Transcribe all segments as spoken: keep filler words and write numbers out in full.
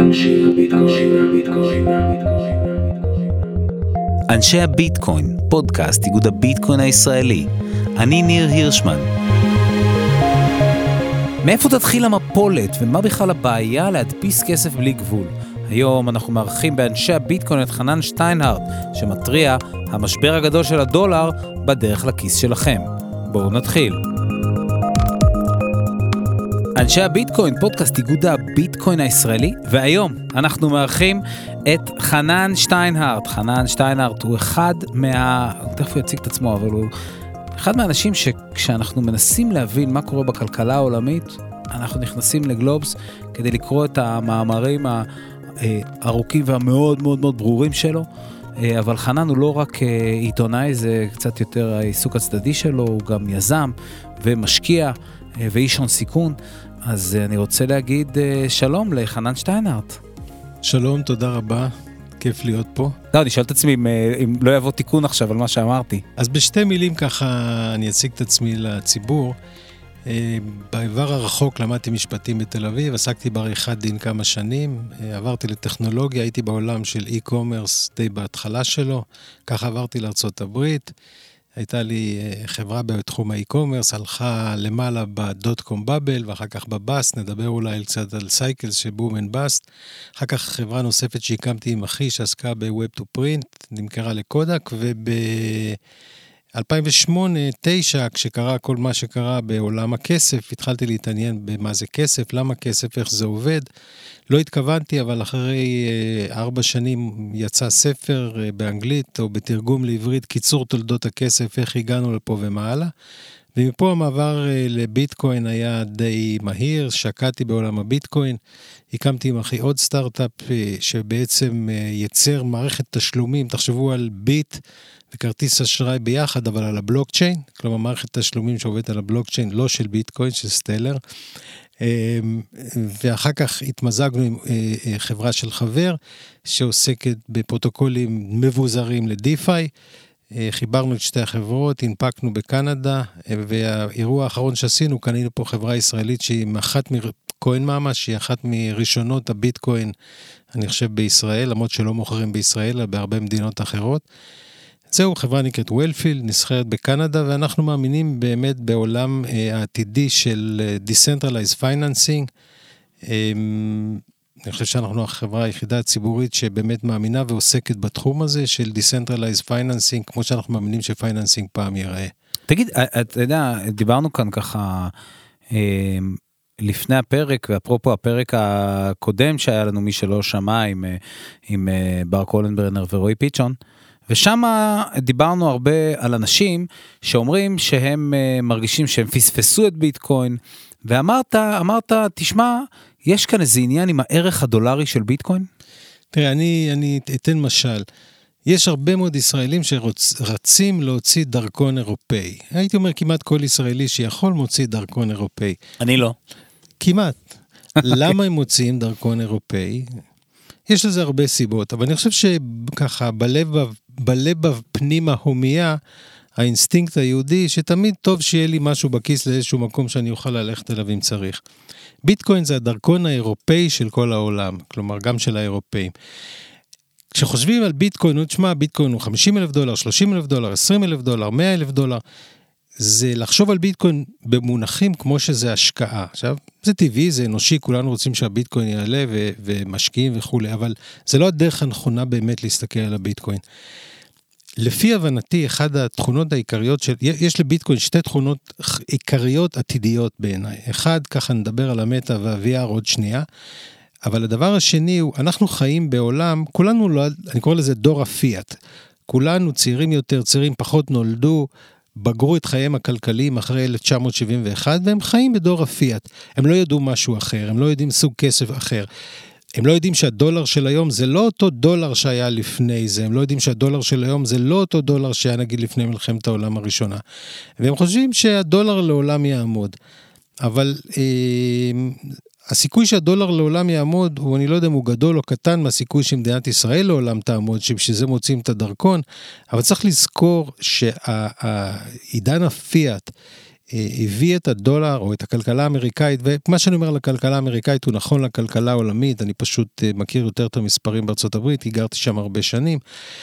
אנשי הביטקוין, פודקאסט איגוד הביטקוין הישראלי. אני ניר הירשמן. מאיפה תתחיל המפולת ומה בכלל הבעיה להדפיס כסף בלי גבול? היום אנחנו מארחים באנשי הביטקוין את חנן שטיינהרט, שמטריע המשבר הגדול של הדולר בדרך לכיס שלכם. בואו נתחיל. אנשי הביטקוין, פודקאסט איגוד הביטקוין הישראלי, והיום אנחנו מארחים את חנן שטיינהרט. חנן שטיינהרט הוא אחד מה... תכף הוא יציג את עצמו, אבל הוא אחד מהאנשים שכשאנחנו מנסים להבין מה קורה בכלכלה העולמית, אנחנו נכנסים לגלובס כדי לקרוא את המאמרים הארוכים והמאוד מאוד מאוד ברורים שלו, אבל חנן הוא לא רק עיתונאי, זה קצת יותר העיסוק הצדדי שלו, הוא גם יזם ומשקיע ואיש הון סיכון. אז אני רוצה להגיד שלום לחנן שטיינהרט. שלום, תודה רבה, כיף להיות פה. לא, אני שואל את עצמי אם, אם לא יבוא תיקון עכשיו על מה שאמרתי. אז בשתי מילים ככה אני אציג את עצמי לציבור. בעבר הרחוק למדתי משפטים בתל אביב, עסקתי בעריכת דין כמה שנים, עברתי לטכנולוגיה, הייתי בעולם של אי-קומרס די בהתחלה שלו, ככה עברתי לארצות הברית, הייתה לי חברה בתחום האי-קומרס, הלכה למעלה בדוט קום בבל, ואחר כך בבאסט, נדבר אולי קצת על סייקלס של בום אנד באסט, אחר כך חברה נוספת שהקמתי עם אחי, שעסקה בווב טו פרינט, נמכרה לקודק, וב-אלפיים ושמונה תשע, כשקרה כל מה שקרה בעולם הכסף, התחלתי להתעניין במה זה כסף, למה כסף, איך זה עובד, לא התכוונתי, אבל אחרי ארבע שנים יצא ספר באנגלית, או בתרגום לעברית, קיצור תולדות הכסף, איך הגענו לפה ומה הלאה. ומפה המעבר לביטקוין היה די מהיר, שקעתי בעולם הביטקוין, הקמתי עם אחי עוד סטארט-אפ, שבעצם יצר מערכת תשלומים, תחשבו על ביט וכרטיס אשראי ביחד, אבל על הבלוקצ'יין, כלומר מערכת תשלומים שעובדת על הבלוקצ'יין, לא של ביטקוין, של סטלר, ואחר כך התמזגנו עם חברה של חבר שעוסקת בפרוטוקולים מבוזרים לדיפיי, חיברנו את שתי החברות, הנפקנו בקנדה, והאירוע האחרון שעשינו, קנינו פה חברה ישראלית שהיא אחת מכהן ממש, שהיא אחת מראשונות הביטקוין, אני חושב בישראל, למרות שלא מוכרים בישראל, אלא בהרבה מדינות אחרות. זהו, חברה נקראת וולפילד, נסחרת בקנדה, ואנחנו מאמינים באמת בעולם העתידי של Decentralized Financing. אני חושב שאנחנו החברה היחידה הציבורית שבאמת מאמינה ועוסקת בתחום הזה של Decentralized Financing, כמו שאנחנו מאמינים שפייננסינג פעם ייראה. תגיד, אתה יודע, דיברנו כאן ככה לפני הפרק, ואפרופו הפרק הקודם שהיה לנו מי שלא שמע עם, עם בר קולנברנר ורועי פיצ'ון, ושם דיברנו הרבה על אנשים שאומרים שהם מרגישים שהם פספסו את ביטקוין, ואמרת, אמרת, תשמע, יש כאן איזה עניין עם הערך הדולרי של ביטקוין? תראה, אני, אני אתן משל. יש הרבה מאוד ישראלים שרצים להוציא דרכון אירופאי. הייתי אומר כמעט כל ישראלי שיכול מוציא דרכון אירופאי. אני לא. כמעט. למה הם מוציאים דרכון אירופאי? יש לזה הרבה סיבות, אבל אני חושב שככה בלב, בלב הפנים ההומיה, האינסטינקט היהודי, שתמיד טוב שיהיה לי משהו בכיס לאיזשהו מקום שאני אוכל ללכת אליו אם צריך. ביטקוין זה הדרכון האירופאי של כל העולם, כלומר גם של האירופאים. כשחושבים על ביטקוין, תשמע, ביטקוין הוא חמישים אלף דולר, שלושים אלף דולר, עשרים אלף דולר, מאה אלף דולר, זה לחשוב על ביטקוין במונחים כמו שזה השקעה. עכשיו, זה טבעי, זה אנושי, כולנו רוצים שהביטקוין יעלה ו- ומשקיעים וכו', אבל זה לא הדרך הנכונה באמת להסתכל על הביטקוין. לפי הבנתי, אחד התכונות העיקריות של, יש לביטקוין שתי תכונות עיקריות עתידיות בעיניי. אחד, ככה נדבר על המטה וה-וי אר עוד שנייה, אבל הדבר השני הוא, אנחנו חיים בעולם, כולנו, לא, אני קורא לזה דור הפיאט, כולנו צעירים יותר, צעירים פחות נולדו, בגרו את חייהם הכלכליים אחרי אלף תשע מאות שבעים ואחת, והם חיים בדור הפיאט. הם לא ידעו משהו אחר, הם לא יודעים סוג כסף אחר. הם לא יודעים שהדולר של היום זה לא אותו דולר שהיה לפני זה, הם לא יודעים שהדולר של היום זה לא אותו דולר שהיה נגיד לפני מלחמת העולם הראשונה. והם חושבים שהדולר לעולם יעמוד. אבל אה, הסיכוי שהדולר לעולם יעמוד, הוא אני לא יודע אם הוא גדול או קטן מהסיכוי שמדינת ישראל לעולם תעמוד, שבשביל מוצאים את הדרכון, אבל צריך לזכור שהעידן הפיאט, הביא את הדולר או את הכלכלה האמריקאית, ומה שאני אומר לכלכלה האמריקאית הוא נכון לכלכלה העולמית, אני פשוט מכיר יותר את המספרים בארצות הברית, הגרתי שם הרבה שנים,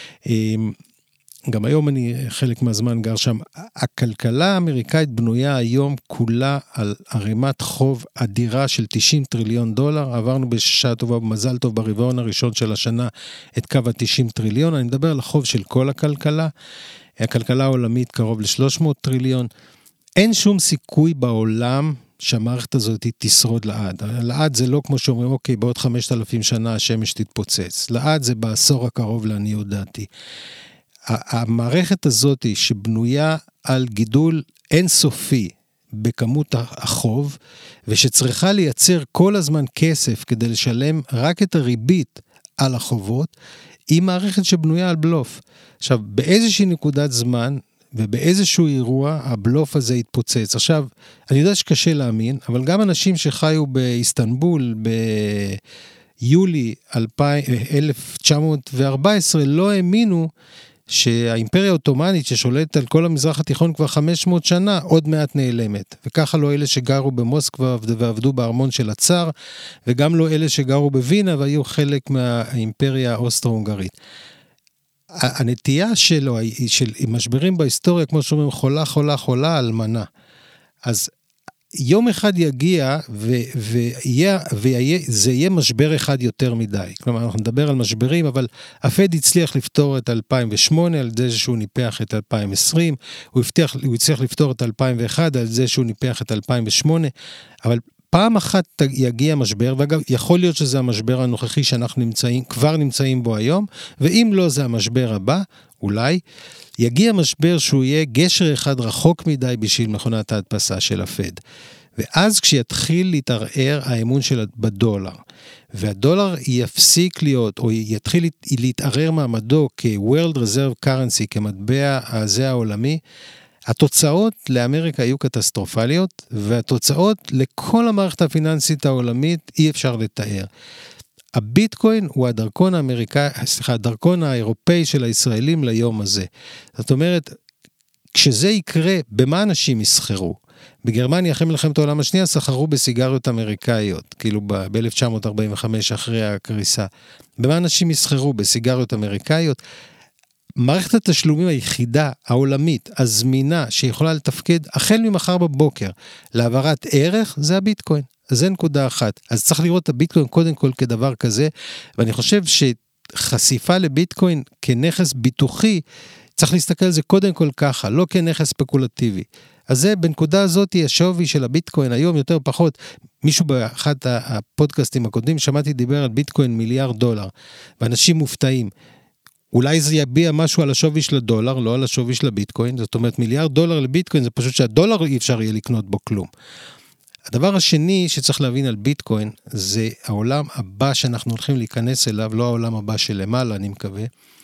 גם היום אני חלק מהזמן גר שם, הכלכלה האמריקאית בנויה היום כולה על ערימת חוב אדירה של תשעים טריליון דולר, עברנו בשעה טובה במזל טוב ברבעון הראשון של השנה את קו ה-תשעים טריליון, אני מדבר על החוב של כל הכלכלה, הכלכלה העולמית קרוב ל-שלוש מאות טריליון, אין שום סיכוי בעולם שהמערכת הזאת תשרוד לעד. לעד זה לא כמו שאומרים, אוקיי, בעוד חמשת אלפים שנה השמש תתפוצץ. לעד זה בעשור הקרוב לעניות דעתי. המערכת הזאת שבנויה על גידול אינסופי בכמות החוב, ושצריכה לייצר כל הזמן כסף כדי לשלם רק את הריבית על החובות, היא מערכת שבנויה על בלוף. עכשיו, באיזושהי נקודת זמן, ובאיזשהו אירוע, הבלוף הזה התפוצץ. עכשיו, אני יודע שקשה להאמין, אבל גם אנשים שחיו באיסטנבול, ביולי אלף תשע מאות וארבע עשרה, לא האמינו שהאימפריה האוטומנית ששולטת על כל המזרח התיכון כבר חמש מאות שנה, עוד מעט נעלמת. וככה לא אלה שגרו במוסקבה ועבדו בארמון של הצאר, וגם לא אלה שגרו בווינה והיו חלק מהאימפריה האוסטרו-הונגרית. הנטייה שלו, של משברים בהיסטוריה, כמו שאומרים, חולה, חולה, חולה, אלמנה. אז יום אחד יגיע, וזה יהיה משבר אחד יותר מדי. כלומר, אנחנו נדבר על משברים, אבל הפד הצליח לפתור את אלפיים ושמונה, על זה שהוא ניפח את אלפיים ועשרים, הוא הבטיח, הוא הצליח לפתור את אלפיים ואחת, על זה שהוא ניפח את אלפיים ושמונה, אבל פעם אחת יגיע משבר, ואגב, יכול להיות שזה המשבר הנוכחי שאנחנו נמצאים, כבר נמצאים בו היום, ואם לא זה המשבר הבא, אולי, יגיע משבר שהוא יהיה גשר אחד רחוק מדי בשביל מכונת ההדפסה של הפד. ואז כשיתחיל להתערער האמון של בדולר, והדולר יפסיק להיות, או יתחיל להתערער מעמדו כ-World Reserve Currency, כמטבע הזה העולמי, התוצאות לאמריקה היו קטסטרופליות, והתוצאות לכל המערכת הפיננסית העולמית אי אפשר לתאר. הביטקוין הוא הדרכון האמריקאי, סליחה, הדרכון האירופאי של הישראלים ליום הזה. זאת אומרת, כשזה יקרה, במה אנשים יסחרו? בגרמניה, אחרי מלחמת העולם השנייה, סחרו בסיגריות אמריקאיות, כאילו ב-אלף תשע מאות ארבעים וחמש אחרי הקריסה. במה אנשים יסחרו? בסיגריות אמריקאיות? מערכת התשלומים היחידה, העולמית, הזמינה, שיכולה לתפקד, החל ממחר בבוקר, להעברת ערך, זה הביטקוין. אז זה נקודה אחת. אז צריך לראות את הביטקוין קודם כל כדבר כזה, ואני חושב שחשיפה לביטקוין כנכס ביטוחי, צריך להסתכל על זה קודם כל ככה, לא כנכס ספקולטיבי. אז זה בנקודה הזאת, השווי של הביטקוין היום יותר פחות, מישהו באחד הפודקאסטים הקודמים, שמעתי דיבר על ביטקוין מיליארד דולר, ואנשים מופתעים. אולי זה יביע משהו על השווי של הדולר, לא על השווי של הביטקוין, זאת אומרת מיליארד דולר לביטקוין, זה פשוט שהדולר אי אפשר יהיה לקנות בו כלום. הדבר השני שצריך להבין על ביטקוין, זה העולם הבא שאנחנו הולכים להיכנס אליו, לא העולם הבא שלמעלה, אני מקווה.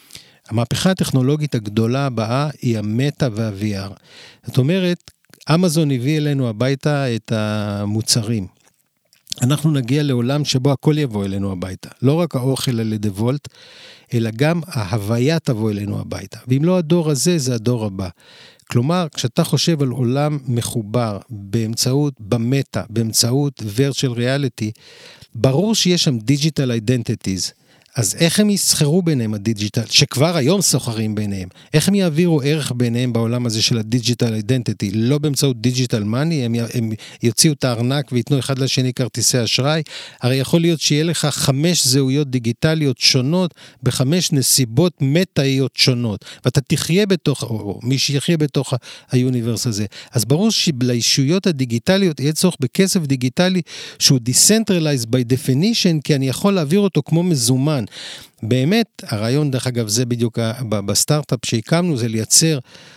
המהפכה הטכנולוגית הגדולה הבאה היא המטה וה-וי אר. זאת אומרת, אמזון הביא אלינו הביתה את המוצרים. אנחנו נגיע לעולם שבו הכל יבוא אלינו הביתה. לא רק האוכל על ידי וולט, אלא גם ההוויה תבוא אלינו הביתה. ואם לא הדור הזה, זה הדור הבא. כלומר, כשאתה חושב על עולם מחובר באמצעות, במטה, באמצעות virtual reality, ברור שיש שם digital identities. אז איך הם יסחרו ביניהם הדיג'יטל, שכבר היום סוחרים ביניהם, איך הם יעבירו ערך ביניהם בעולם הזה של הדיג'יטל אידנטיטי, לא באמצעות דיג'יטל מאני, הם, הם יוציאו את הארנק ויתנו אחד לשני כרטיסי אשראי, הרי יכול להיות שיהיה לך חמש זהויות דיגיטליות שונות, בחמש נסיבות מטאיות שונות, ואתה תחיה בתוך, או מי שיחיה בתוך היוניברס הזה, אז ברור שלישויות הדיגיטליות יהיה צורך בכסף דיגיטלי, שהוא decentralized by definition, כי אני יכול להעביר אותו כמו מזומן, באמת, הרעיון דרך אגב זה בדיוק בסטארט-אפ שהקמנו, זה לייצר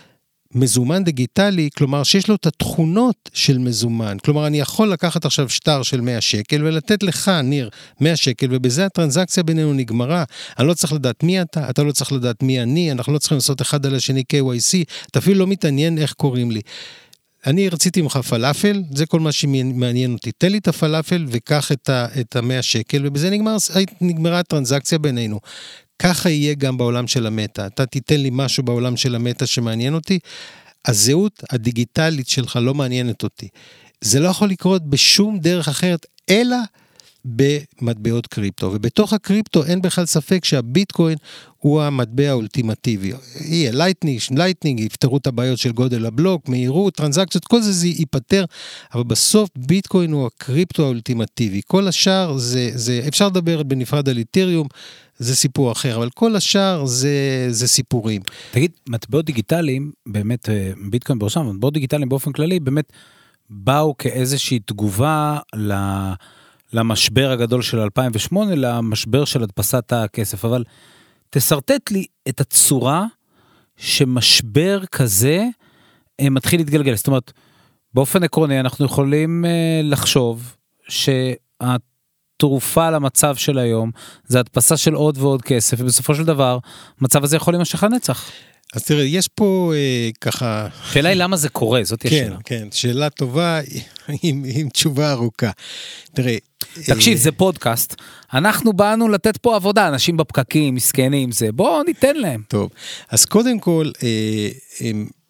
מזומן דיגיטלי, כלומר שיש לו את התכונות של מזומן, כלומר אני יכול לקחת עכשיו שטר של מאה שקל ולתת לך ניר מאה שקל, ובזה הטרנזקציה בינינו נגמרה, אני לא צריך לדעת מי אתה, אתה לא צריך לדעת מי אני, אנחנו לא צריכים לעשות אחד על השני קיי וואי סי, אתה אפילו לא מתעניין איך קוראים לי. אני רציתי ממך פלאפל, זה כל מה שמעניין אותי, תן לי את הפלאפל וקח את המאה שקל, ובזה נגמר, נגמרה הטרנזקציה בינינו. ככה יהיה גם בעולם של המטה, אתה תיתן לי משהו בעולם של המטה שמעניין אותי, הזהות הדיגיטלית שלך לא מעניינת אותי. זה לא יכול לקרות בשום דרך אחרת, אלא במטבעות קריפטו, ובתוך הקריפטו אין בכלל ספק שהביטקוין הוא המטבע האולטימטיבי. יהיה לייטנינג, לייטנינג, יפתרו את הבעיות של גודל הבלוק, מהירות, טרנזקציות, כל זה זה ייפטר, אבל בסוף ביטקוין הוא הקריפטו האולטימטיבי. כל השאר זה, זה אפשר לדבר בנפרד על איתריום, זה סיפור אחר, אבל כל השאר זה, זה סיפורים. תגיד, מטבעות דיגיטליים, באמת, ביטקוין בראשם, מטבעות דיגיטליים באופן כללי, באמת באו כאיזושהי תגובה ל... למשבר הגדול של אלפיים ושמונה, למשבר של הדפסת הכסף, אבל תסרטט לי את הצורה שמשבר כזה מתחיל להתגלגל. זאת אומרת, באופן עקרוני אנחנו יכולים לחשוב שהתרופה למצב של היום זה הדפסה של עוד ועוד כסף, ובסופו של דבר, המצב הזה יכול להימשך לנצח. אז תראה, יש פה אה, ככה... שאלה היא למה זה קורה, זאת כן, השאלה. כן, שאלה טובה עם, עם תשובה ארוכה. תראה... תקשיב, אה... זה פודקאסט, אנחנו באנו לתת פה עבודה, אנשים בפקקים, מסכנים, זה, בואו ניתן להם. טוב, אז קודם כל, אה, אה,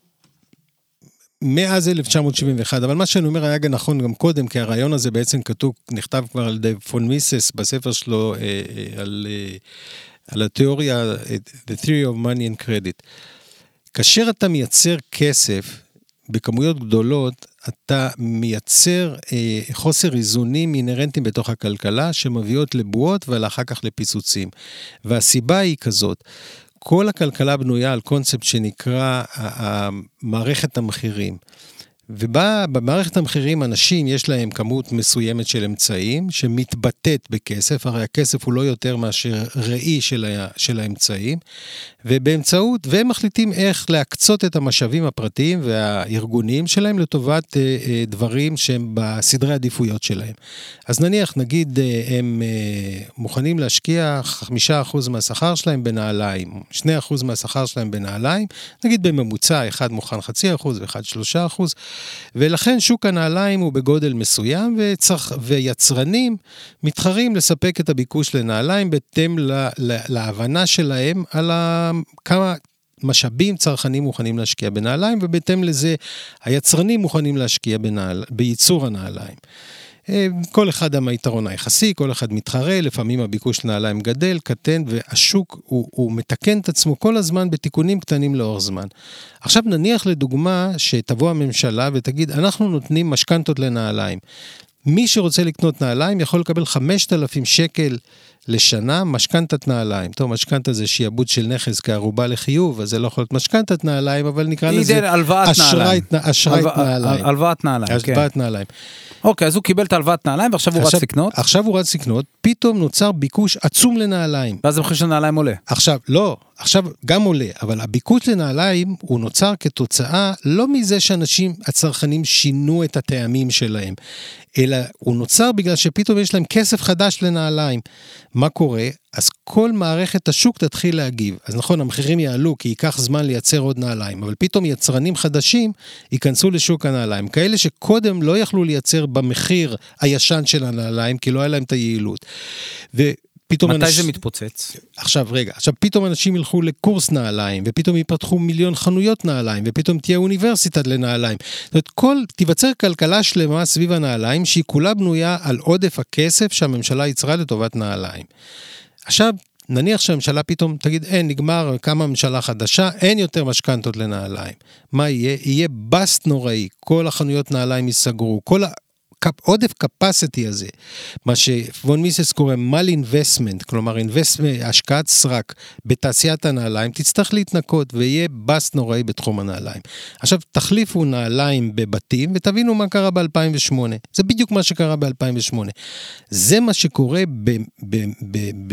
מאז אלף תשע מאות שבעים ואחת, אבל מה שאני אומר היה גם נכון גם קודם, כי הרעיון הזה בעצם כתוב, נכתב כבר על דה פון מיסס, בספר שלו, אה, אה, על... אה, על התיאוריה, the theory of money and credit. כאשר אתה מייצר כסף בכמויות גדולות, אתה מייצר אה, חוסר איזונים אינרנטיים בתוך הכלכלה, שמביאות לבועות ואחר כך לפיצוצים. והסיבה היא כזאת, כל הכלכלה בנויה על קונספט שנקרא מערכת המחירים. ובמערכת המחירים אנשים יש להם כמות מסוימת של אמצעים שמתבטאת בכסף, הרי הכסף הוא לא יותר מאשר ראי של, ה, של האמצעים, ובאמצעות, והם מחליטים איך להקצות את המשאבים הפרטיים והארגוניים שלהם לטובת אה, אה, דברים שהם בסדרי עדיפויות שלהם. אז נניח, נגיד, אה, הם אה, מוכנים להשקיע חמישה אחוז מהשכר שלהם בנעליים, שני אחוז מהשכר שלהם בנעליים, נגיד בממוצע, אחד מוכן חצי אחוז ואחד שלושה אחוז, ולכן שוק הנעליים הוא בגודל מסוים, וצריך, ויצרנים מתחרים לספק את הביקוש לנעליים, בהתאם לה, לה, להבנה שלהם על ה, כמה משאבים צרכנים מוכנים להשקיע בנעליים, ובהתאם לזה היצרנים מוכנים להשקיע בנעל, בייצור הנעליים. כל אחד היתרון היחסי, כל אחד מתחרה, לפעמים הביקוש לנעליים גדל, קטן, והשוק הוא, הוא מתקן את עצמו כל הזמן בתיקונים קטנים לאור זמן. עכשיו נניח לדוגמה שתבוא הממשלה ותגיד, אנחנו נותנים משכנתות לנעליים. מי שרוצה לקנות נעליים יכול לקבל חמשת אלפים שקל לשנה, משכנתת נעליים. טוב, משכנתת זה שיעבוד של נכס כערובה לחיוב, אז זה לא יכול להיות משכנתת נעליים, אבל נקרא לזה אשראית נעליים. הלוואת נעליים, כן. הלוואת נעליים. אוקיי, אז הוא קיבל את הלוואת נעליים, ועכשיו הוא רץ לקנות? עכשיו הוא רץ לקנות, פתאום נוצר ביקוש עצום לנעליים. ואז המחיר של נעליים עולה. עכשיו, לא, עכשיו גם עולה, אבל הביקוש לנעליים הוא נוצר כתוצאה, לא מזה שאנשים, הצרכנים שינו את הטעמים שלהם, אלא הוא נוצר בגלל שפתאום יש להם כסף חדש לנעליים. מה קורה? אז כל מערכת השוק תתחיל להגיב. אז נכון, המחירים יעלו, כי ייקח זמן לייצר עוד נעליים, אבל פתאום יצרנים חדשים ייכנסו לשוק הנעליים, כאלה שקודם לא יכלו לייצר במחיר הישן של הנעליים, כי לא היה להם את היעילות. ופתאום מתי אנש... זה מתפוצץ? עכשיו, רגע, עכשיו פתאום אנשים ילכו לקורס נעליים, ופתאום ייפתחו מיליון חנויות נעליים, ופתאום תהיה אוניברסיטת לנעליים. זאת אומרת, כל, תיווצר כלכלה שלמה סביב הנעליים, שהיא כולה בנויה על עודף הכסף שהממשלה יצרה לטובת נעליים. עכשיו, נניח שהממשלה פתאום תגיד, אין, נגמר, כמה ממשלה חדשה, אין יותר משכנתות לנעליים. מה יהיה? יהיה בסט נוראי, כל החנויות נעליים ייסגרו, כל העודף קפסיטי הזה, מה שפון מיסס קורא mal investment, כלומר השקעת סרק בתעשיית הנעליים, תצטרך להתנקות ויהיה בסט נוראי בתחום הנעליים. עכשיו, תחליפו נעליים בבתים ותבינו מה קרה ב-אלפיים ושמונה. זה בדיוק מה שקרה ב-אלפיים ושמונה. זה מה שקורה ב... ב, ב, ב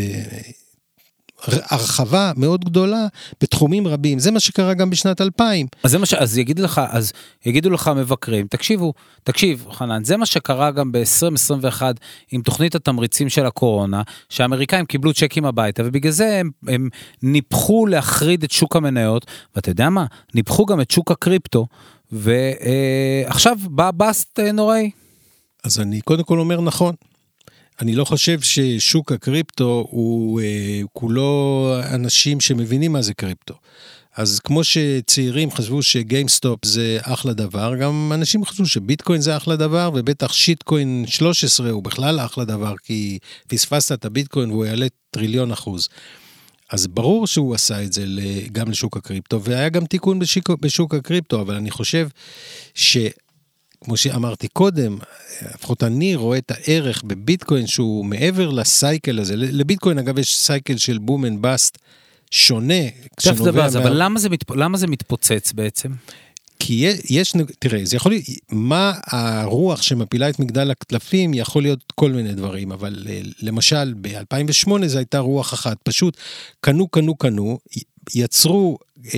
הרחבה מאוד גדולה בתחומים רבים. זה מה שקרה גם בשנת אלפיים. אז זה מה ש... אז יגיד לך, אז יגידו לך מבקרים, תקשיבו, תקשיב, חנן, זה מה שקרה גם ב-עשרים עשרים ואחת עם תוכנית התמריצים של הקורונה, שהאמריקאים קיבלו צ'קים הביתה, ובגלל זה הם, הם ניפחו להחריד את שוק המניות, ואתה יודע מה? ניפחו גם את שוק הקריפטו, ועכשיו בא בסט נוראי. אז אני קודם כל אומר נכון. אני לא חושב ששוק הקריפטו הוא אה, כולו אנשים שמבינים מה זה קריפטו. אז כמו שצעירים חשבו שגיימסטופ זה אחלה דבר, גם אנשים חשבו שביטקוין זה אחלה דבר, ובטח שיטקוין שלוש עשרה הוא בכלל אחלה דבר, כי פספסת את הביטקוין והוא יעלה טריליון אחוז. אז ברור שהוא עשה את זה גם לשוק הקריפטו, והיה גם תיקון בשוק, בשוק הקריפטו, אבל אני חושב ש... כמו שאמרתי קודם, לפחות אני רואה את הערך בביטקוין שהוא מעבר לסייקל הזה. לביטקוין אגב יש סייקל של בום אנד באסט שונה. תכף דבר, מה... אבל למה זה, מת... למה זה מתפוצץ בעצם? כי יש, תראה, זה יכול להיות, מה הרוח שמפילה את מגדל הקלפים יכול להיות כל מיני דברים, אבל למשל ב-אלפיים ושמונה זה הייתה רוח אחת, פשוט קנו, קנו, קנו, יצרו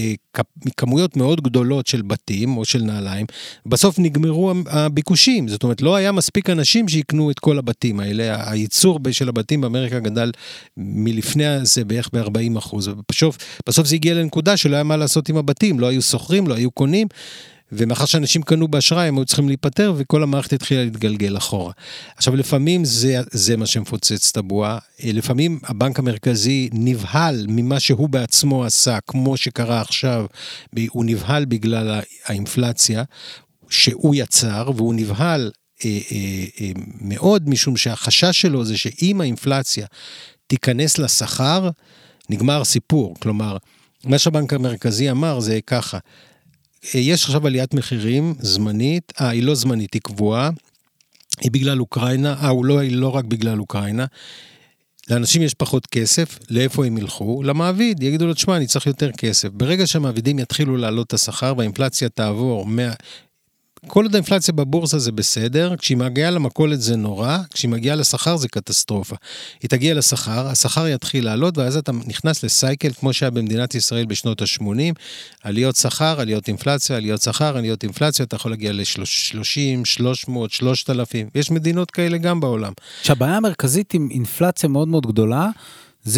כמויות מאוד גדולות של בתים או של נעליים, בסוף נגמרו הביקושים, זאת אומרת לא היה מספיק אנשים שיקנו את כל הבתים האלה, הייצור של הבתים באמריקה גדל מלפני זה בערך ב-ארבעים אחוז, ובסוף, בסוף זה הגיע לנקודה שלא היה מה לעשות עם הבתים, לא היו סוחרים, לא היו קונים, ומאחר שאנשים קנו באשראי, הם היו צריכים להיפטר, וכל המערכת התחילה להתגלגל אחורה. עכשיו, לפעמים זה, זה מה שמפוצץ את הבועה, לפעמים הבנק המרכזי נבהל ממה שהוא בעצמו עשה, כמו שקרה עכשיו, הוא נבהל בגלל האינפלציה, שהוא יצר, והוא נבהל אה, אה, אה, מאוד, משום שהחשש שלו זה שאם האינפלציה תיכנס לשכר, נגמר סיפור. כלומר, מה שהבנק המרכזי אמר זה ככה, יש עכשיו עליית מחירים זמנית, אה, היא לא זמנית, היא קבועה, היא בגלל אוקראינה, אה, הוא לא, היא לא רק בגלל אוקראינה, לאנשים יש פחות כסף, לאיפה הם ילכו? למעביד, יגידו לו, תשמע, אני צריך יותר כסף. ברגע שהמעבידים יתחילו לעלות את השכר, והאינפלציה תעבור, מה... כל עוד האינפלציה בבורסה זה בסדר, כשהיא מגיעה למכולת זה נורא, כשהיא מגיעה לשכר זה קטסטרופה. היא תגיע לשכר, השכר יתחיל לעלות, ואז אתה נכנס לסייקל, כמו שהיה במדינת ישראל בשנות ה-שמונים, עליות שכר, עליות אינפלציה, עליות שכר, עליות אינפלציה, אתה יכול להגיע ל-שלושים, שלוש מאות, שלושת אלפים, יש מדינות כאלה גם בעולם. שהבעיה המרכזית עם אינפלציה מאוד מאוד גדולה, זה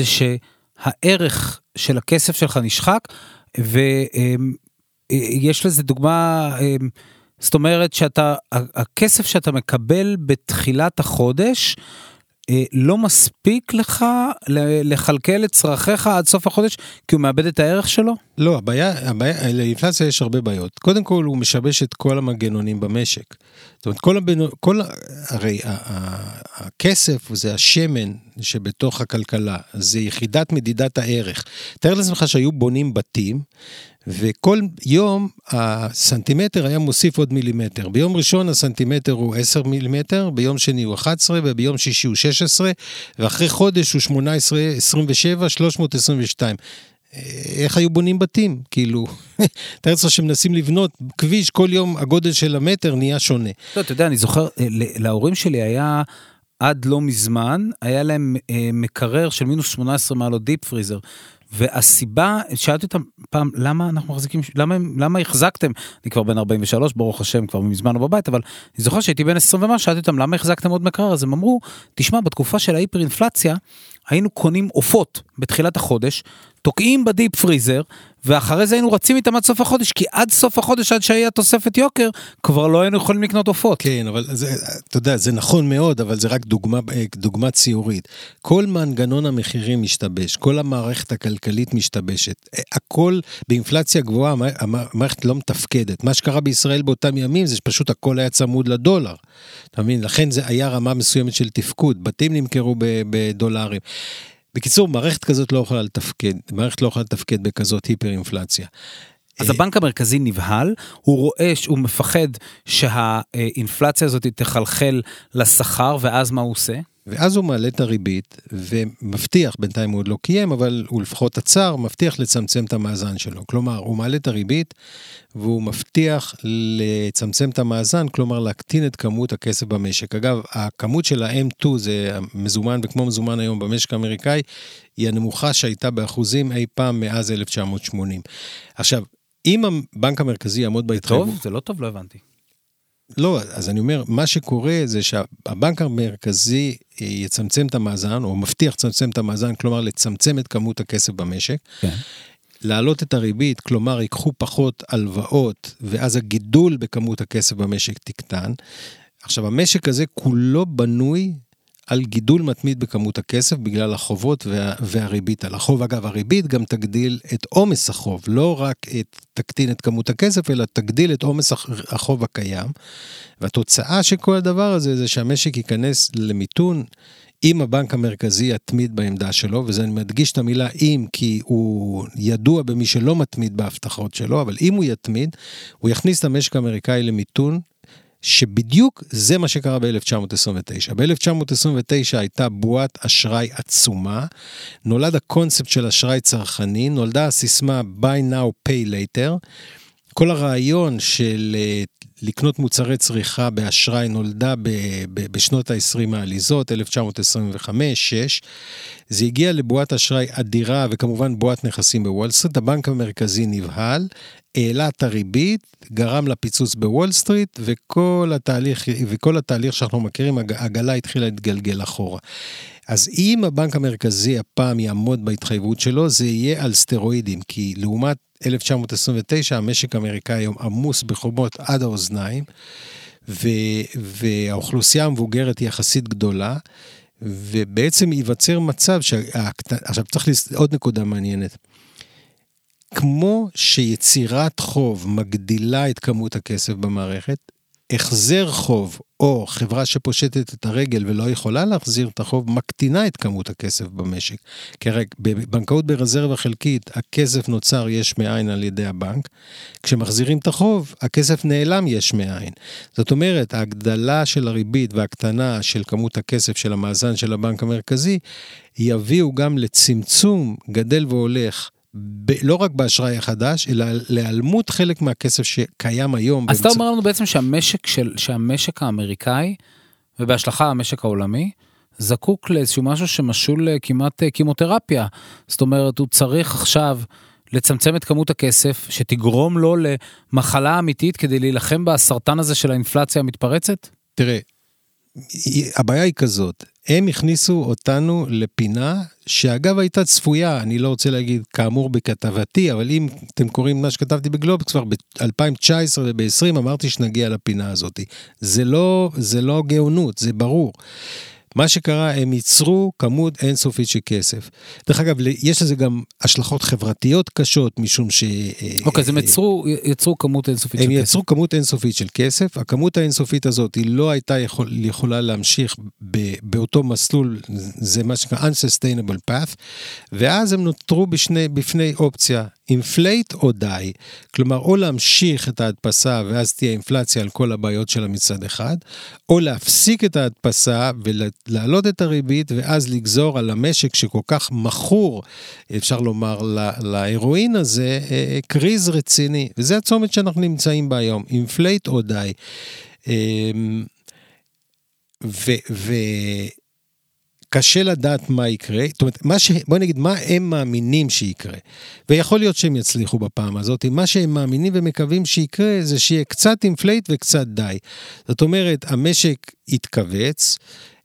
שהערך של הכסף שלך נשחק, ויש לזה דוגמה... זאת אומרת שאתה, הכסף שאתה מקבל בתחילת החודש, לא מספיק לך לחלקל את צרכיך עד סוף החודש, כי הוא מאבד את הערך שלו? לא, הבעיה, הבעיה, לאינפלציה יש הרבה בעיות. קודם כל, הוא משבש את כל המנגנונים במשק. זאת אומרת, כל, כל, הרי הכסף זה השמן שבתוך הכלכלה, זה יחידת מדידת הערך. תאר לעצמך שהיו בונים בתים, וכל יום הסנטימטר היה מוסיף עוד מילימטר. ביום ראשון הסנטימטר הוא עשרה מילימטר, ביום שני הוא אחד עשר, וביום שישי הוא שש עשרה, ואחרי חודש הוא שמונה עשרה, עשרים ושבע, שלוש מאות עשרים ושתיים. איך היו בונים בתים? כאילו, תאר לעצמך שמנסים לבנות כביש, כל יום הגודל של המטר נהיה שונה. לא, אתה יודע, אני זוכר, להורים שלי היה... עד לא מזמן, היה להם אה, מקרר של מינוס שמונה עשרה מעלות דיפ פריזר, והסיבה, שאלתי אותם פעם, למה אנחנו מחזיקים, למה, למה החזקתם? אני כבר בן ארבעים ושלוש, ברוך השם, כבר מזמן לא בבית, אבל אני זוכר שהייתי בן עשרים ומה, שאלתי אותם, למה החזקתם עוד מקרר? אז הם אמרו, תשמע, בתקופה של ההיפר-אינפלציה, היינו קונים עופות בתחילת החודש, תוקעים בדיפ פריזר, ואחרי זה היינו רצים איתם עד סוף החודש, כי עד סוף החודש, עד שהיה תוספת יוקר, כבר לא היינו יכולים לקנות עופות. כן, אבל זה, אתה יודע, זה נכון מאוד, אבל זה רק דוגמה, דוגמה ציורית. כל מנגנון המחירים משתבש, כל המערכת הכלכלית משתבשת, הכל באינפלציה גבוהה, המערכת לא מתפקדת. מה שקרה בישראל באותם ימים, זה פשוט הכל היה צמוד לדולר. אתה מבין? לכן זה היה רמה מסוימת של תפקוד, בתים נמכרו בדולרים. בקיצור, מערכת כזאת לא יכולה לתפקד, מערכת לא יכולה לתפקד בכזאת היפר-אינפלציה. אז הבנק המרכזי נבהל, הוא רואה, הוא מפחד שהאינפלציה הזאת תחלחל לשכר, ואז מה הוא עושה? ואז הוא מעלה את הריבית, ומבטיח, בינתיים הוא עוד לא קיים, אבל הוא לפחות עצר, מבטיח לצמצם את המאזן שלו. כלומר, הוא מעלה את הריבית, והוא מבטיח לצמצם את המאזן, כלומר, להקטין את כמות הכסף במשק. אגב, הכמות של ה-אם טו, זה מזומן, וכמו מזומן היום במשק האמריקאי, היא הנמוכה שהייתה באחוזים אי פעם מאז אלף תשע מאות שמונים. עכשיו, אם הבנק המרכזי יעמוד בהתחייבות... טוב, זה לא טוב, לא הבנתי. לא, אז אני אומר, מה שקורה זה שהבנק המרכזי יצמצם את המאזן, או מבטיח לצמצם את המאזן, כלומר לצמצם את כמות הכסף במשק, כן. להעלות את הריבית, כלומר ייקחו פחות הלוואות, ואז הגידול בכמות הכסף במשק תקטן. עכשיו, המשק הזה כולו בנוי על גידול מתמיד בכמות הכסף בגלל החובות וה, והריבית על החוב. אגב, הריבית גם תגדיל את עומס החוב, לא רק את, תקטין את כמות הכסף, אלא תגדיל את עומס החוב הקיים. והתוצאה של כל הדבר הזה זה שהמשק ייכנס למיתון, אם הבנק המרכזי יתמיד בעמדה שלו, וזה אני מדגיש את המילה אם, כי הוא ידוע במי שלא מתמיד בהבטחות שלו, אבל אם הוא יתמיד, הוא יכניס את המשק האמריקאי למיתון, שבדיוק זה מה שקרה ב-אלף תשע מאות עשרים ותשע. ב-אלף תשע מאות עשרים ותשע הייתה בועת אשראי עצומה, נולד הקונספט של אשראי צרכני, נולדה הסיסמה buy now pay later, כל הרעיון של לקנות מוצרי צריכה באשראי נולדה ב- ב- בשנות ה-עשרים העליזות, אלף תשע מאות עשרים וחמש שש, זה הגיע לבועת אשראי אדירה, וכמובן בועת נכסים בוול סטריט, הבנק המרכזי נבהל, העלה את הריבית, גרם לפיצוץ בוול סטריט, וכל התהליך, וכל התהליך שאנחנו מכירים, הגלה התחילה להתגלגל אחורה. אז אם הבנק המרכזי הפעם יעמוד בהתחייבות שלו, זה יהיה על סטרואידים, כי לעומת אלף תשע מאות עשרים ותשע, המשק האמריקאי היום עמוס בחומות עד האוזניים, ו- והאוכלוסייה המבוגרת היא יחסית גדולה, ובעצם ייווצר מצב, שהקט... עכשיו צריך לס... עוד נקודה מעניינת, כמו שיצירת חוב מגדילה את כמות הכסף במערכת, החזר חוב או חברה שפושטת את הרגל ולא יכולה להחזיר את החוב, מקטינה את כמות הכסף במשק. כי הרי בבנקאות ברזרבה חלקית, הכסף נוצר יש מאין על ידי הבנק, כשמחזירים את החוב, הכסף נעלם יש מאין. זאת אומרת, ההגדלה של הריבית והקטנה של כמות הכסף של המאזן של הבנק המרכזי, יביאו גם לצמצום גדל והולך, ב- לא רק באשראי החדש, אלא להיעלמות חלק מהכסף שקיים היום. אז אתה אומר לנו בעצם שהמשק, של, שהמשק האמריקאי, ובהשלכה המשק העולמי, זקוק לאיזשהו משהו שמשול כמעט כימותרפיה. זאת אומרת, הוא צריך עכשיו לצמצם את כמות הכסף, שתגרום לו למחלה אמיתית, כדי להילחם בסרטן הזה של האינפלציה המתפרצת? תראה, הבעיה היא כזאת, הם הכניסו אותנו לפינה, שאגב הייתה צפויה, אני לא רוצה להגיד כאמור בכתבתי, אבל אם אתם קוראים מה שכתבתי בגלובס, כבר ב-אלפיים תשע עשרה וב-עשרים אמרתי שנגיע לפינה הזאת. זה לא, זה לא גאונות, זה ברור. מה שקרה, הם ייצרו כמות אינסופית של כסף. דרך אגב, יש לזה גם השלכות חברתיות קשות, משום ש... אוקיי, אז הם יצרו, יצרו כמות אינסופית של כסף. הם יצרו כמות אינסופית של כסף, הכמות האינסופית הזאת היא לא הייתה יכול, יכולה להמשיך ב, באותו מסלול, זה מה שנקרא unsustainable path, ואז הם נותרו בשני, בפני אופציה, inflate או die, כלומר או להמשיך את ההדפסה ואז תהיה אינפלציה על כל הבעיות שלה מצד אחד, או להפסיק את ההדפסה ולהעלות את הריבית ואז לגזור על המשק שכל כך מכור, אפשר לומר, להירואין הזה, קריז רציני, וזה הצומת שאנחנו נמצאים בה היום, inflate או die. ו... ו קשה לדעת מה יקרה, זאת אומרת, מה ש... בוא נגיד, מה הם מאמינים שיקרה, ויכול להיות שהם יצליחו בפעם הזאת, מה שהם מאמינים ומקווים שיקרה, זה שיהיה קצת אינפלייט וקצת די. זאת אומרת, המשק יתכווץ,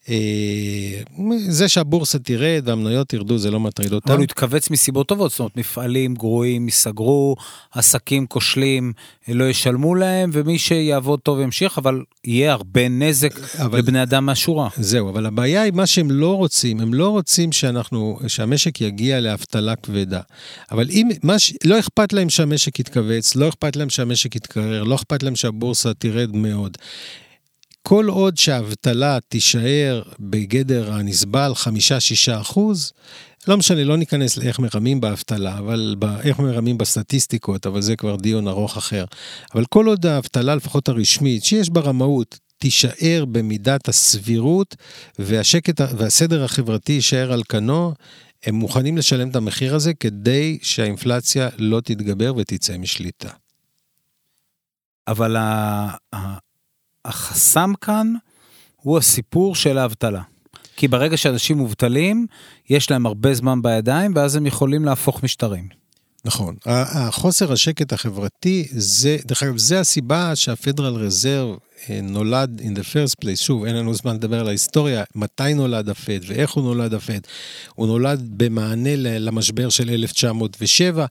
זה שהבורסה תירד והמניות ירדו, זה לא מטריד אותם. אבל הוא יתכווץ מסיבות טובות, זאת אומרת, מפעלים גרועים, יסגרו, עסקים כושלים, לא ישלמו להם, ומי שיעבוד טוב ימשיך, אבל יהיה הרבה נזק אבל, לבני אדם מהשורה. זהו, אבל הבעיה היא מה שהם לא רוצים, הם לא רוצים שאנחנו, שהמשק יגיע לאבטלה כבדה. אבל אם, מה ש... לא אכפת להם שהמשק יתכווץ, לא אכפת להם שהמשק יתקרר, לא אכפת להם שהבורסה תירד מאוד. כל עוד שהאבטלה תישאר בגדר הנסבל חמישה שישה אחוז, לא משנה, לא ניכנס לאיך מרמים באבטלה, אבל איך מרמים בסטטיסטיקות, אבל זה כבר דיון ארוך אחר. אבל כל עוד האבטלה, לפחות הרשמית, שיש בה רמאות, תישאר במידת הסבירות, והשקט, והסדר החברתי יישאר על כנו, הם מוכנים לשלם את המחיר הזה, כדי שהאינפלציה לא תתגבר ותצא משליטה. אבל ה... החסם כאן הוא הסיפור של האבטלה. כי ברגע שאנשים מובטלים, יש להם הרבה זמן בידיים, ואז הם יכולים להפוך משטרים. נכון. החוסר השקט החברתי, זה, דרך אגב, זה הסיבה שהפדרל רזרב נולד in the first place. שוב, אין לנו זמן לדבר על ההיסטוריה, מתי נולד הפד ואיך הוא נולד הפד. הוא נולד במענה למשבר של אלף תשע מאות ושבע,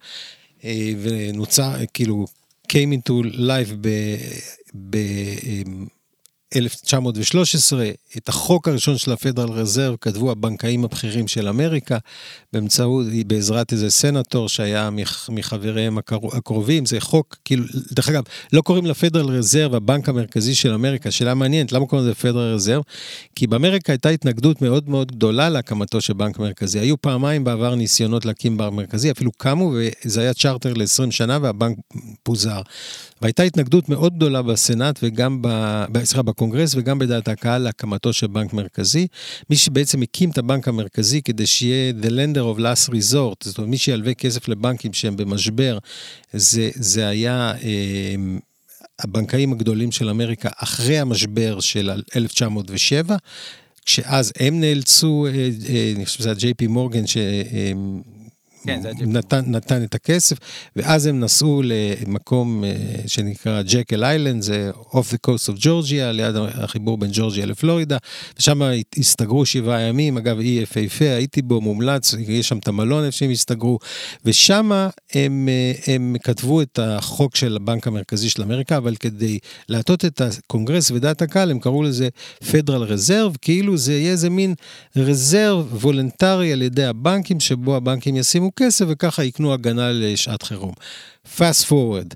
ונוצר, כאילו, came into life ב... אלף תשע מאות ושלוש עשרה, את החוק הראשון של הפדרל רזרב כתבו הבנקאים הבכירים של אמריקה, באמצעות, בעזרת איזה סנטור שהיה מחבריהם הקרובים, זה חוק, כאילו, דרך אגב, לא קוראים לפדרל רזרב הבנק המרכזי של אמריקה, שאלה מעניינת, למה קוראים לזה פדרל רזרב? כי באמריקה הייתה התנגדות מאוד מאוד גדולה להקמתו של בנק מרכזי, היו פעמיים בעבר ניסיונות להקים בנק מרכזי, אפילו קמו, וזה היה צ'ארטר ל-עשרים שנה, והבנק פוזר. והייתה התנגדות מאוד גדולה בסנאט, וגם בקונגרס, וגם בדעת הקהל להקמתו של בנק מרכזי. מי שבעצם הקים את הבנק המרכזי, כדי שיהיה the lender of last resort, זאת אומרת, מי שילווה כסף לבנקים שהם במשבר, זה, זה היה אה, הבנקאים הגדולים של אמריקה, אחרי המשבר של אלף תשע מאות ושבע, כשאז הם נאלצו, אה, אה, אני חושב שזה ג'יי פי מורגן, ש... אה, כן, נתן, נתן את הכסף, ואז הם נסעו למקום שנקרא ג'קל איילנד, זה off the coast of Georgia, ליד החיבור בין ג'ורג'יה לפלורידה, ושם הסתגרו שבעה ימים, אגב, אי יפהפה, הייתי בו מומלץ, יש שם את המלון איפה שהם הסתגרו, ושם הם, הם כתבו את החוק של הבנק המרכזי של אמריקה, אבל כדי להטות את הקונגרס ודעת הקהל, הם קראו לזה פדרל רזרב, כאילו זה יהיה איזה מין רזרב וולנטרי על ידי הבנקים, שבו הבנקים ישימו כסף, וככה יקנו הגנה לשעת חירום. fast forward.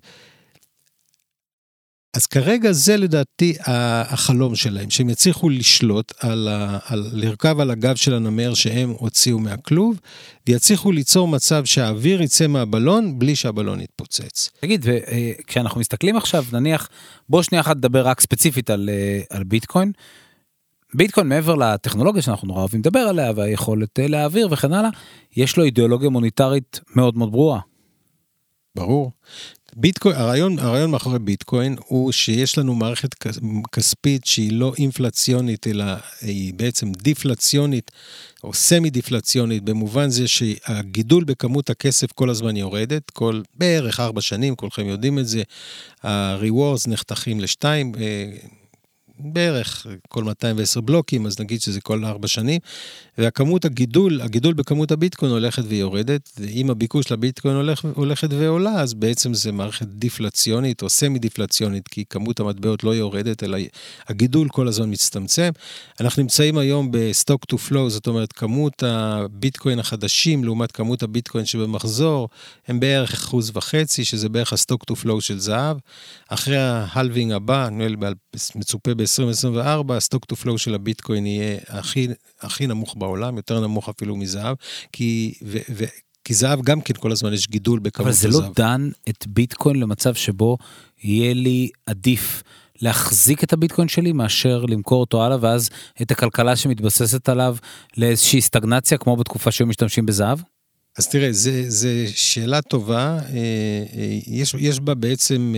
אז כרגע זה לדעתי החלום שלהם, שהם יצליחו לשלוט, על ה, על, לרכב על הגב של הנמר שהם הוציאו מהכלוב, ויצליחו ליצור מצב שהאוויר יצא מהבלון, בלי שהבלון יתפוצץ. תגיד, וכשאנחנו מסתכלים עכשיו, נניח, בוא שנייה אחת לדבר רק ספציפית על, על ביטקוין, ביטקוין מעבר לטכנולוגיה שאנחנו נורא אוהבים לדבר עליה, והיכולת להעביר וכן הלאה, יש לו אידיאולוגיה מוניטרית מאוד מאוד ברורה. ברור. ביטקוין, הרעיון, הרעיון מאחורי ביטקוין הוא שיש לנו מערכת כספית שהיא לא אינפלציונית, אלא היא בעצם דיפלציונית, או סמי דיפלציונית, במובן זה שהגידול בכמות הכסף כל הזמן יורדת, כל בערך ארבע שנים, כולכם יודעים את זה, ה-rewards נחתכים לשתיים, בערך כל מאתיים ועשר בלוקים, אז נגיד שזה כל ארבע שנים, והכמות הגידול, הגידול בכמות הביטקוין הולכת ויורדת, ואם הביקוש לביטקוין הולך, הולכת ועולה, אז בעצם זה מערכת דיפלציונית או סמי דיפלציונית, כי כמות המטבעות לא יורדת, אלא הגידול כל הזמן מצטמצם. אנחנו נמצאים היום בסטוק טו פלואו, זאת אומרת, כמות הביטקוין החדשים, לעומת כמות הביטקוין שבמחזור, הם בערך אחוז וחצי, שזה בערך הסטוק טו פלואו של זהב. אחרי ההלווינג הבא, מצופה ב-עשרים עשרים וארבע, הסטוק טו פלואו של הביטקוין יהיה הכי, הכי נמוך בעולם, יותר נמוך אפילו מזהב, כי, ו, ו, כי זהב גם כן כל הזמן יש גידול בכמות הזהב. אבל זה לא דן את ביטקוין למצב שבו יהיה לי עדיף להחזיק את הביטקוין שלי, מאשר למכור אותו הלאה, ואז את הכלכלה שמתבססת עליו לאיזושהי סטגנציה, כמו בתקופה שהם משתמשים בזהב? אז תראה, זה, זה שאלה טובה, יש, יש בה בעצם,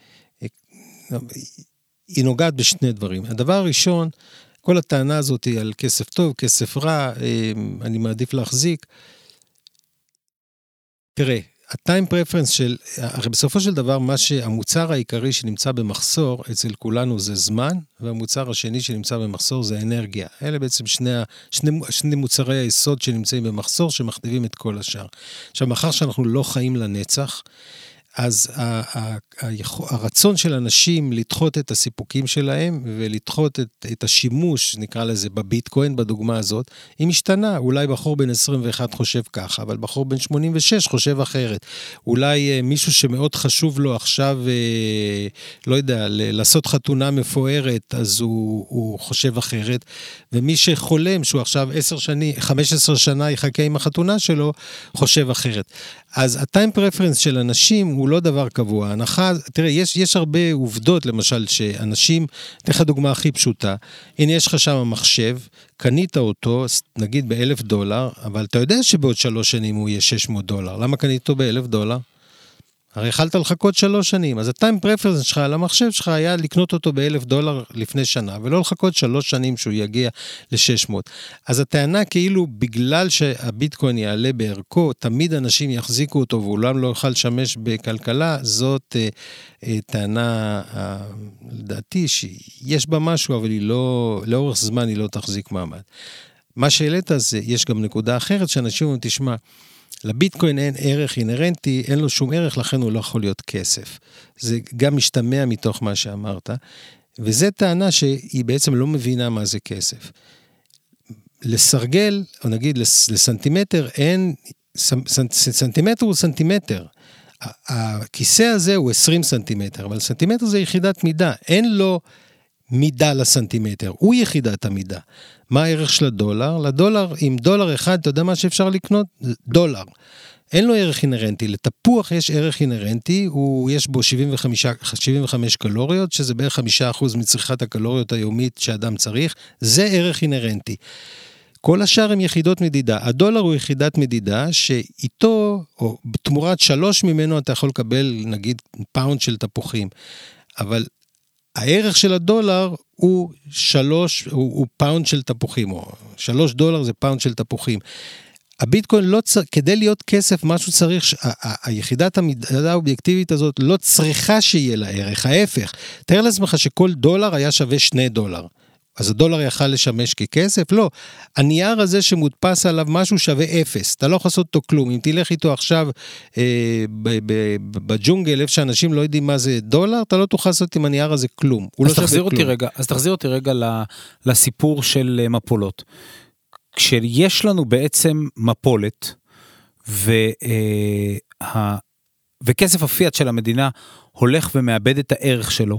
היא נוגעת בשני דברים. הדבר הראשון, כל הטענה הזאת היא על כסף טוב, כסף רע, אני מעדיף להחזיק. תראה, הטיים פרפרנס של, הרי בסופו של דבר, מה שהמוצר העיקרי שנמצא במחסור, אצל כולנו זה זמן, והמוצר השני שנמצא במחסור זה אנרגיה. אלה בעצם שני, שני, שני מוצרי היסוד שנמצאים במחסור, שמכתיבים את כל השאר. עכשיו, מאחר שאנחנו לא חיים לנצח, אז הרצון של אנשים לדחות את הסיפוקים שלהם, ולדחות את, את השימוש, נקרא לזה, בביטקוין, בדוגמה הזאת, היא משתנה. אולי בחור בן עשרים ואחת חושב ככה, אבל בחור בן שמונים ושש חושב אחרת. אולי מישהו שמאוד חשוב לו עכשיו, לא יודע, לעשות חתונה מפוארת, אז הוא, הוא חושב אחרת. ומי שחולם שהוא עכשיו עשר שנים, חמש עשרה שנה יחכה עם החתונה שלו, חושב אחרת. אז הטיים פרפרנס של אנשים הוא לא דבר קבוע. הנחה, תראה, יש, יש הרבה עובדות, למשל, שאנשים, תלך הדוגמה הכי פשוטה, הנה יש לך שם מחשב, קנית אותו, נגיד באלף דולר, אבל אתה יודע שבעוד שלוש שנים הוא יהיה שש מאות דולר. למה קנית אותו באלף דולר? הרי יכלת לחכות שלוש שנים, אז הטיים פרפרנס שלך על המחשב שלך היה לקנות אותו באלף דולר לפני שנה, ולא לחכות שלוש שנים שהוא יגיע ל-שש מאות. אז הטענה כאילו בגלל שהביטקוין יעלה בערכו, תמיד אנשים יחזיקו אותו, ואולם לא יוכל לשמש בכלכלה, זאת אה, אה, טענה, אה, לדעתי, שיש בה משהו, אבל היא לא, לאורך זמן היא לא תחזיק מעמד. מה שהעלית זה, יש גם נקודה אחרת, שאנשים אומרים, תשמע, לביטקוין אין ערך אינרנטי, אין לו שום ערך, לכן הוא לא יכול להיות כסף. זה גם משתמע מתוך מה שאמרת. וזו טענה שהיא בעצם לא מבינה מה זה כסף. לסרגל, או נגיד לסנטימטר, אין, סנטימטר הוא סנטימטר. הכיסא הזה הוא עשרים סנטימטר, אבל סנטימטר זה יחידת מידה, אין לו מידה לסנטימטר, הוא יחידת המידה. מה הערך של הדולר? לדולר, עם דולר אחד, אתה יודע מה שאפשר לקנות? דולר. אין לו ערך אינרנטי, לתפוח יש ערך אינרנטי, הוא, יש בו שבעים וחמש קלוריות, שזה בערך חמישה אחוז מצריכת הקלוריות היומית שאדם צריך, זה ערך אינרנטי. כל השאר הם יחידות מדידה. הדולר הוא יחידת מדידה שאיתו, או בתמורת שלוש ממנו אתה יכול לקבל נגיד פאונד של תפוחים. אבל הערך של הדולר הוא שלוש, הוא, הוא פאונד של תפוחים, או שלוש דולר זה פאונד של תפוחים. הביטקוין לא צריך, כדי להיות כסף, משהו צריך, ה- ה- היחידת המדידה האובייקטיבית הזאת לא צריכה שיהיה לה ערך, ההפך. תאר לעצמך שכל דולר היה שווה שני דולר. אז הדולר יכל לשמש ככסף? לא. הנייר הזה שמודפס עליו משהו שווה אפס. אתה לא יכול לעשות אותו כלום. אם תלך איתו עכשיו אה, ב- ב- בג'ונגל, איפה שאנשים לא יודעים מה זה דולר, אתה לא תוכל לעשות עם הנייר הזה כלום. הוא לא שווה כלום. אותי רגע, אז תחזיר אותי רגע לסיפור של מפולות. כשיש לנו בעצם מפולת, וה... וכסף הפיאט של המדינה הולך ומאבד את הערך שלו,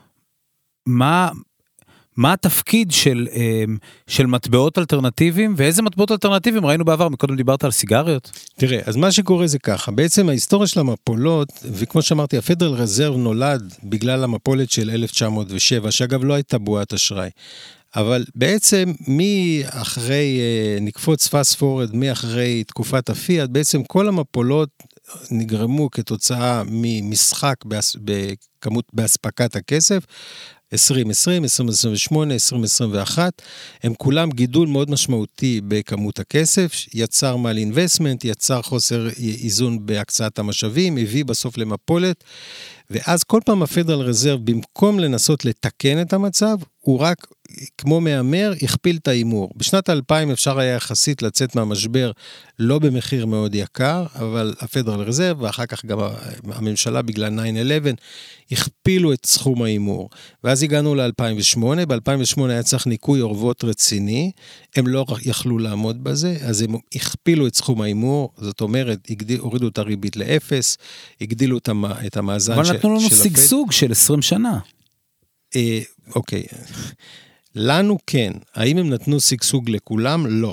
מה... מה התפקיד של, של מטבעות אלטרנטיביים, ואיזה מטבעות אלטרנטיביים ראינו בעבר, מקודם דיברת על סיגריות? תראה, אז מה שקורה זה ככה, בעצם ההיסטוריה של המפולות, וכמו שאמרתי, הפדרל רזרב נולד בגלל המפולת של אלף תשע מאות ושבע, שאגב לא הייתה בועת אשראי, אבל בעצם מאחרי, נקפוץ פאסט פורד, מאחרי תקופת הפיאט, בעצם כל המפולות נגרמו כתוצאה ממשחק בכמות, בהספקת הכסף, עשרים עשרים, עשרים עשרים ושמונה, עשרים עשרים ואחת, הם כולם גידול מאוד משמעותי בכמות הכסף, יצר מעל אינבסטמנט, יצר חוסר איזון בהקצאת המשאבים, הביא בסוף למפולת, ואז כל פעם הפדרל רזרב, במקום לנסות לתקן את המצב, הוא רק, כמו מאמר, הכפיל את האימור. בשנת אלפיים אפשר היה יחסית לצאת מהמשבר, לא במחיר מאוד יקר, אבל הפדרל רזרב, ואחר כך גם הממשלה בגלל תשע אחת עשרה, הכפילו את סכום האימור. ואז הגענו ל-אלפיים ושמונה, ב-אלפיים ושמונה היה צריך ניקוי אורוות רציני, הם לא יכלו לעמוד בזה, אז הם הכפילו את סכום האימור, זאת אומרת, הגדיל, הורידו את הריבית לאפס, הגדילו את, המ, את המאזן של, אבל נתנו לנו סגסוג של עשרים שנה. אה, אוקיי, לנו כן, האם הם נתנו סגסוג לכולם? לא.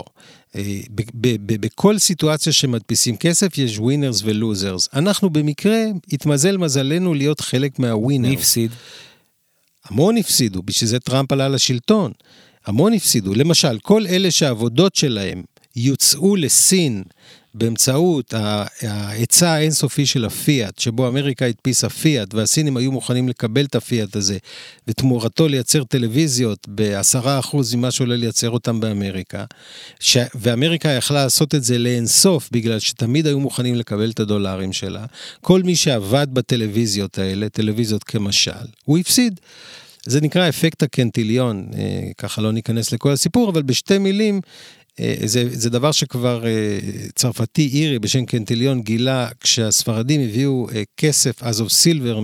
בכל סיטואציה שמדפיסים כסף יש ווינרס ולוזרס. אנחנו במקרה התמזל מזלנו להיות חלק מהווינרס. נפסיד. המון הפסידו, בשביל זה טראמפ עלה לשלטון. המון הפסידו. למשל, כל אלה שהעבודות שלהם יוצאו לסין באמצעות ההיצע האינסופי של הפיאט, שבו אמריקה הדפיסה פיאט, והסינים היו מוכנים לקבל את הפיאט הזה, ותמורתו לייצר טלוויזיות בעשרה אחוז ממה שעולה לייצר אותם באמריקה, ש... ואמריקה יכלה לעשות את זה לאינסוף, בגלל שתמיד היו מוכנים לקבל את הדולרים שלה. כל מי שעבד בטלוויזיות האלה, טלוויזיות כמשל, הוא הפסיד. זה נקרא אפקט הקנטיליון, ככה לא ניכנס לכל הסיפור, אבל בשתי מילים, זה, זה דבר שכבר צרפתי אירי בשם קנטיליון גילה, כשהספרדים הביאו כסף אז אוף סילבר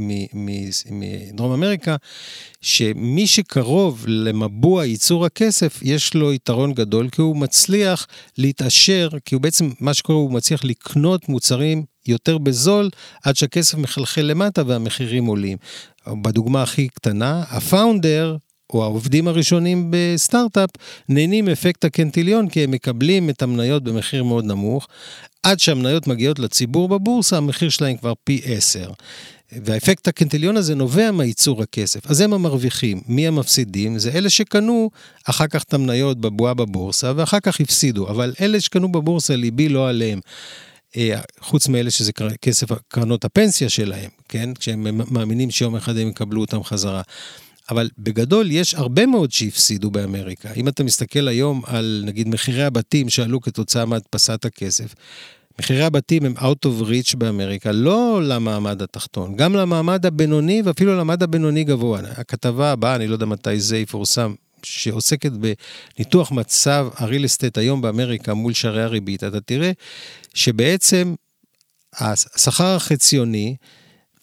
מדרום אמריקה, שמי שקרוב למבוע ייצור הכסף, יש לו יתרון גדול, כי הוא מצליח להתעשר, כי הוא בעצם, מה שקורה, הוא מצליח לקנות מוצרים יותר בזול, עד שהכסף מחלחל למטה והמחירים עולים. בדוגמה הכי קטנה, הפאונדר, או העובדים הראשונים בסטארט-אפ, נהנים אפקט הקנטיליון, כי הם מקבלים את המניות במחיר מאוד נמוך, עד שהמניות מגיעות לציבור בבורסה, המחיר שלהם כבר פי עשר. והאפקט הקנטיליון הזה נובע מהייצור הכסף. אז הם המרוויחים. מי המפסידים? זה אלה שקנו אחר כך את המניות בבועה בבורסה, ואחר כך הפסידו. אבל אלה שקנו בבורסה, ליבי לא עליהם. חוץ מאלה שזה כסף קרנות הפנסיה שלהם, כן? כשהם מאמינים שיום אחד הם יקבלו אותם חזרה. אבל בגדול יש הרבה מאוד שהפסידו באמריקה. אם אתה מסתכל היום על נגיד מחירי הבתים שעלו כתוצאה מהדפסת הכסף, מחירי הבתים הם out of reach באמריקה, לא למעמד התחתון, גם למעמד הבינוני ואפילו למעמד הבינוני גבוה. הכתבה הבאה, אני לא יודע מתי זה יפורסם, שעוסקת בניתוח מצב הריל אסטייט היום באמריקה מול שערי הריבית, אתה תראה שבעצם השכר החציוני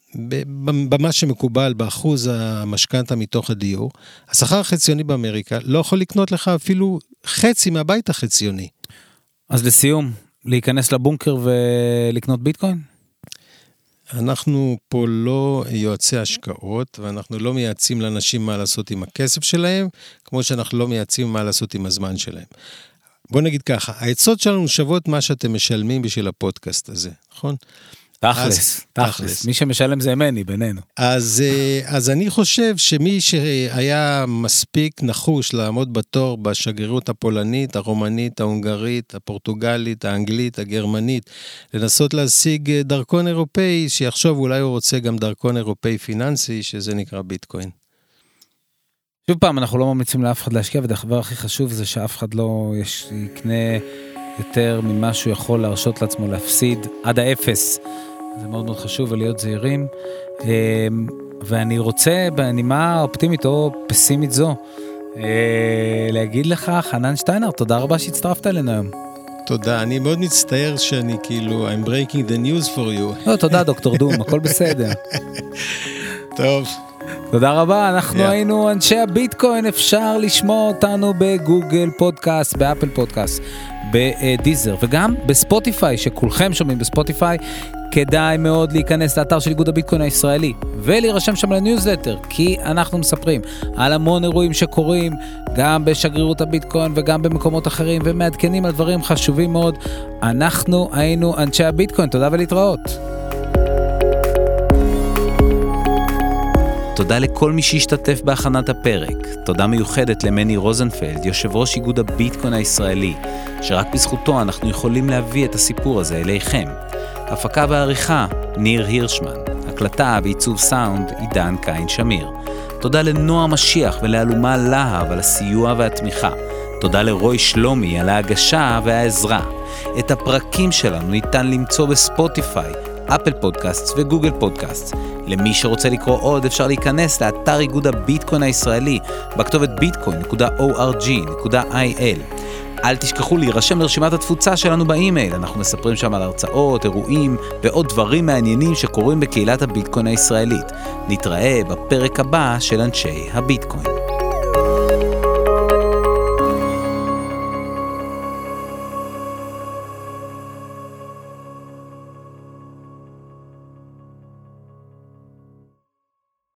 במה שמקובל באחוז המשכנתא מתוך הדיור, השכר החציוני באמריקה לא יכול לקנות לך אפילו חצי מהבית החציוני. אז לסיום, להיכנס לבונקר ולקנות ביטקוין? אנחנו פה לא יועצי השקעות, ואנחנו לא מייעצים לאנשים מה לעשות עם הכסף שלהם, כמו שאנחנו לא מייעצים מה לעשות עם הזמן שלהם. בוא נגיד ככה, העצות שלנו שוות מה שאתם משלמים בשביל הפודקאסט הזה, נכון? תכלס, תכלס. מי שמשלם זה מני, בינינו. אז, אז אני חושב שמי שהיה מספיק נחוש לעמוד בתור בשגרירות הפולנית, הרומנית, ההונגרית, הפורטוגלית, האנגלית, הגרמנית, לנסות להשיג דרכון אירופאי, שיחשוב אולי הוא רוצה גם דרכון אירופאי פיננסי, שזה נקרא ביטקוין. שוב פעם, אנחנו לא ממליצים לאף אחד להשקיע, והדבר הכי חשוב זה שאף אחד לא יש, יקנה יותר ממה שהוא יכול להרשות לעצמו להפסיד עד האפס. זה מאוד מאוד חשוב ולהיות זהירים. ואני רוצה בנימה אופטימית או פסימית זו, להגיד לך, חנן שטיינהרט, תודה רבה שהצטרפת אלינו היום. תודה, אני מאוד מצטער שאני כאילו, I'm breaking the news for you. לא, תודה דוקטור דום, הכל בסדר. טוב. תודה רבה, אנחנו yeah. היינו אנשי הביטקוין, אפשר לשמוע אותנו בגוגל פודקאסט, באפל פודקאסט, בדיזר, וגם בספוטיפיי, שכולכם שומעים בספוטיפיי, כדאי מאוד להיכנס לאתר של איגוד הביטקוין הישראלי, ולהירשם שם לניוזלטר, כי אנחנו מספרים על המון אירועים שקורים, גם בשגרירות הביטקוין וגם במקומות אחרים, ומעדכנים על דברים חשובים מאוד. אנחנו היינו אנשי הביטקוין, תודה ולהתראות. תודה לכל מי שהשתתף בהכנת הפרק. תודה מיוחדת למני רוזנפלד, יושב ראש איגוד הביטקוין הישראלי, שרק בזכותו אנחנו יכולים להביא את הסיפור הזה אליכם. הפקה ועריכה, ניר הירשמן. הקלטה ועיצוב סאונד, עידן קין שמיר. תודה לנועה משיח ולאלומה להב על הסיוע והתמיכה. תודה לרוי שלומי על ההגשה והעזרה. את הפרקים שלנו ניתן למצוא בספוטיפיי, אפל פודקאסט וגוגל פודקאסט. למי שרוצה לקרוא עוד אפשר להיכנס לאתר איגוד הביטקוין הישראלי בכתובת ביטקוין נקודה או אר ג'י נקודה איי אל. אל תשכחו להירשם לרשימת התפוצה שלנו באימייל, אנחנו מספרים שם על הרצאות, אירועים ועוד דברים מעניינים שקורים בקהילת הביטקוין הישראלית. נתראה בפרק הבא של אנשי הביטקוין.